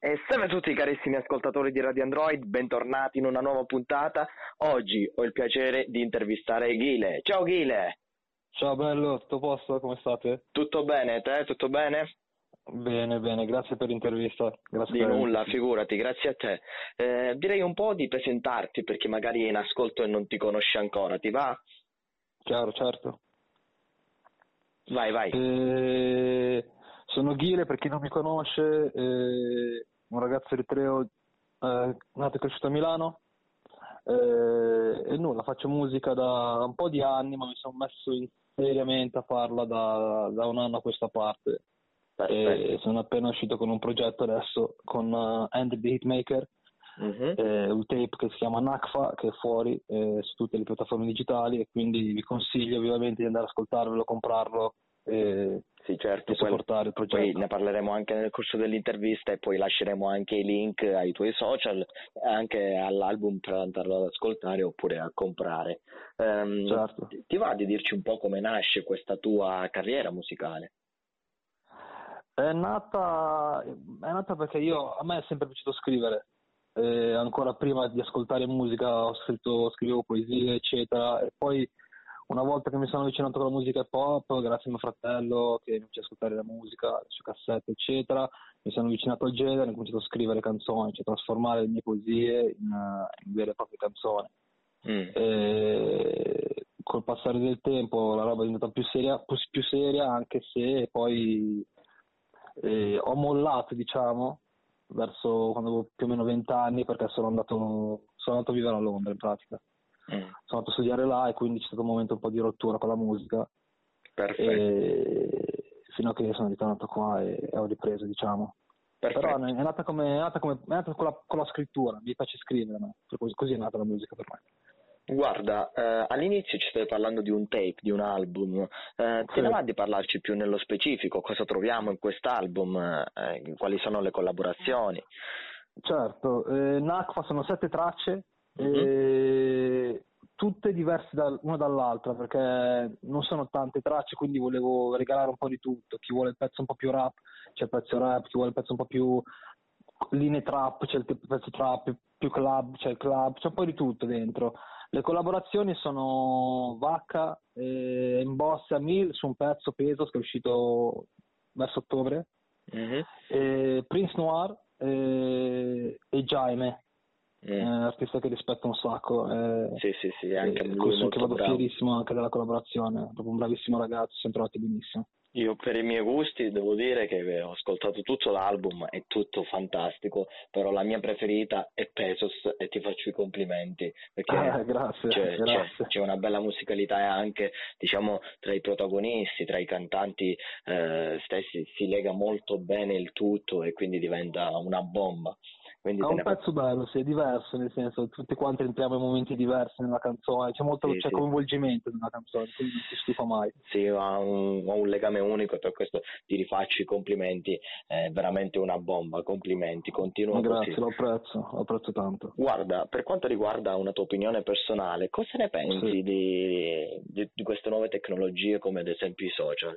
E salve a tutti carissimi ascoltatori di Radio Android, bentornati in una nuova puntata. Oggi ho il piacere di intervistare Ghile. Ciao Ghile! Ciao bello, tutto a posto? Come state? Tutto bene, te? Tutto bene? Bene, bene, grazie per l'intervista. Grazie Di per avermi nulla, sentito. figurati, grazie a te. Direi un po' di presentarti perché magari è in ascolto e non ti conosci ancora, ti va? Chiaro, certo. Vai, vai. Sono Ghile, per chi non mi conosce, un ragazzo eritreo nato e cresciuto a Milano. E nulla, faccio musica da un po' di anni, ma mi sono messo seriamente a farla da un anno a questa parte. Perfetto. Sono appena uscito con un progetto adesso con Andy the Hitmaker, Mhm. un tape che si chiama Nakfa, che è fuori su tutte le piattaforme digitali, e quindi vi consiglio vivamente di andare ad ascoltarvelo, comprarlo Sì, certo, e supportare il poi progetto. ne parleremo anche nel corso dell'intervista e poi lasceremo anche i link ai tuoi social e anche all'album per andarlo ad ascoltare oppure a comprare. Certo. Ti va di dirci un po' come nasce questa tua carriera musicale? È nata perché a me è sempre piaciuto scrivere. Ancora prima di ascoltare musica scrivevo poesie, eccetera, e poi una volta che mi sono avvicinato con la musica hip hop, grazie a mio fratello che mi piace ascoltare la musica su cassette, eccetera, mi sono avvicinato al genere, ho cominciato a scrivere canzoni, cioè trasformare le mie poesie in vere e proprie canzoni. Mm. Col passare del tempo la roba è diventata più seria, anche se poi ho mollato, diciamo, verso quando avevo più o meno 20 anni, perché sono andato a vivere a Londra in pratica. Mm. Sono andato a studiare là e quindi c'è stato un momento un po' di rottura con la musica, Perfetto, fino a che sono ritornato qua e ho ripreso, diciamo. Però perfetto. è nata con la scrittura, mi piace scrivere, no? Così è nata la musica per me. Guarda, all'inizio ci stavi parlando di un tape, di un album. Te ne Sì. va di parlarci più nello specifico? Cosa troviamo in quest'album? Quali sono le collaborazioni? Certo, Nakfa sono 7 tracce, Mhm. tutte diverse una dall'altra, perché non sono tante tracce, quindi volevo regalare un po' di tutto. Chi vuole il pezzo un po' più rap, c'è il pezzo rap; chi vuole il pezzo un po' più linee trap, c'è il pezzo trap; più club, c'è il club, c'è un po' di tutto dentro. Le collaborazioni sono Vacca e Mboss e Amil su un pezzo Pesos che è uscito verso ottobre, Mhm. Prince Noir e Jaime, Mm. artista che rispetto un sacco, Sì, sì, sì, anche lui che molto vado bravo. fierissimo anche della collaborazione, proprio un bravissimo ragazzo, ci siamo trovati benissimo. Io per i miei gusti devo dire che ho ascoltato tutto l'album, è tutto fantastico, però la mia preferita è Pesos e ti faccio i complimenti perché Grazie, c'è grazie. una bella musicalità e anche, diciamo, tra i protagonisti, tra i cantanti stessi si lega molto bene il tutto e quindi diventa una bomba. Quindi È te un ne va. pezzo bello, sì, è diverso, nel senso tutti quanti entriamo in momenti diversi nella canzone, Sì, c'è sì. coinvolgimento nella canzone, quindi non si stufa mai. Sì, ha un legame unico e per questo ti rifaccio i complimenti, è veramente una bomba, complimenti, continua così. Grazie, lo apprezzo tanto. Guarda, per quanto riguarda una tua opinione personale, cosa ne Sì. pensi di queste nuove tecnologie come ad esempio i social?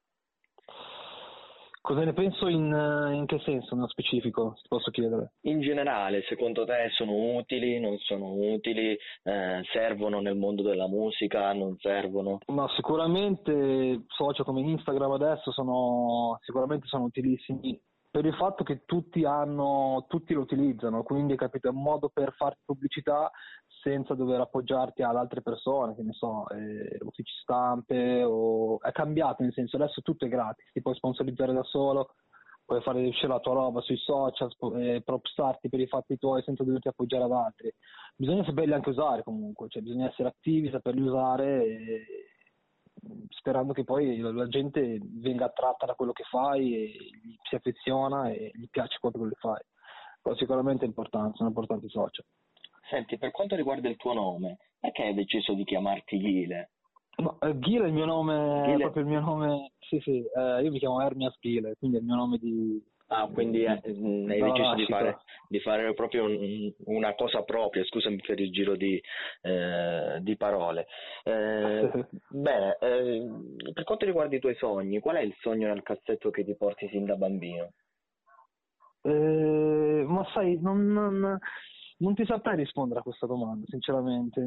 Cosa ne penso in che senso, nello specifico, se posso chiedere? In generale, secondo te sono utili, non sono utili, servono nel mondo della musica, non servono? Ma sicuramente social come Instagram adesso sicuramente sono utilissimi per il fatto che tutti lo utilizzano, quindi capito, è un modo per farti pubblicità senza dover appoggiarti ad altre persone, che ne so, uffici stampe, è cambiato, nel senso adesso tutto è gratis, ti puoi sponsorizzare da solo, puoi fare uscire la tua roba sui social, propstarti per i fatti tuoi senza doverti appoggiare ad altri. Bisogna saperli anche usare comunque, cioè bisogna essere attivi, saperli usare, sperando che poi la gente venga attratta da quello che fai e si affeziona e gli piace quello che fai. Però sicuramente è importante, sono importanti i social. Senti, per quanto riguarda il tuo nome, perché hai deciso di chiamarti Ghile? No, Ghil è il mio nome, è Ghile. proprio il mio nome, sì sì, io mi chiamo Ermias Ghil, quindi è il mio nome Ah, quindi hai dalla deciso nascita. di fare proprio una cosa propria, scusami per il giro di parole. Bene, per quanto riguarda i tuoi sogni, qual è il sogno nel cassetto che ti porti sin da bambino? ma sai, non ti saprei rispondere a questa domanda, sinceramente.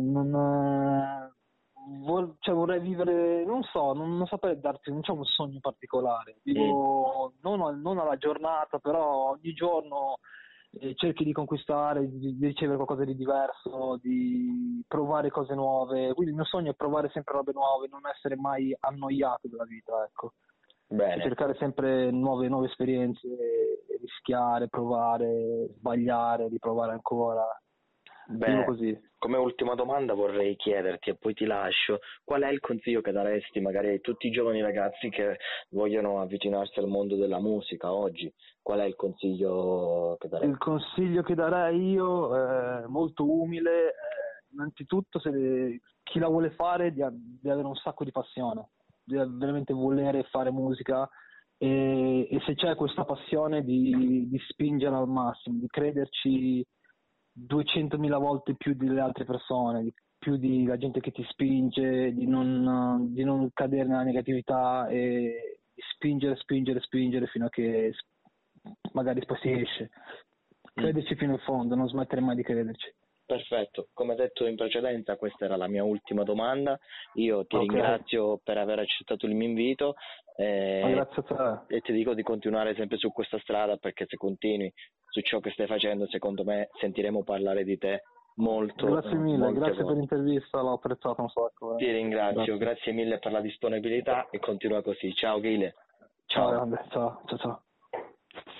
Cioè, vorrei vivere, non so, non saprei darti, non c'è un sogno particolare. Vivo non alla giornata, però ogni giorno cerchi di conquistare, di ricevere qualcosa di diverso, di provare cose nuove. Quindi il mio sogno è provare sempre robe nuove, non essere mai annoiato della vita, ecco. Bene. Cercare sempre nuove esperienze, rischiare, provare, sbagliare, riprovare ancora. Vivo così. Come ultima domanda vorrei chiederti, e poi ti lascio, qual è il consiglio che daresti magari a tutti i giovani ragazzi che vogliono avvicinarsi al mondo della musica oggi? Qual è il consiglio che daresti? Il consiglio che darei io è molto umile, innanzitutto chi la vuole fare di avere un sacco di passione, di veramente volere fare musica e se c'è questa passione di spingere al massimo, di crederci 200.000 volte più delle altre persone, più di la gente che ti spinge, di non cadere nella negatività e di spingere fino a che magari poi si esce. Crederci fino in fondo, non smettere mai di crederci. Perfetto, come detto in precedenza, questa era la mia ultima domanda. Io ti ringrazio per aver accettato il mio invito grazie a te. E ti dico di continuare sempre su questa strada, perché se continui su ciò che stai facendo, secondo me sentiremo parlare di te molto. Grazie mille, grazie per l'intervista, l'ho apprezzato un sacco. Ti ringrazio, grazie mille per la disponibilità e continua così. Ciao Ghile. Ciao. Ciao.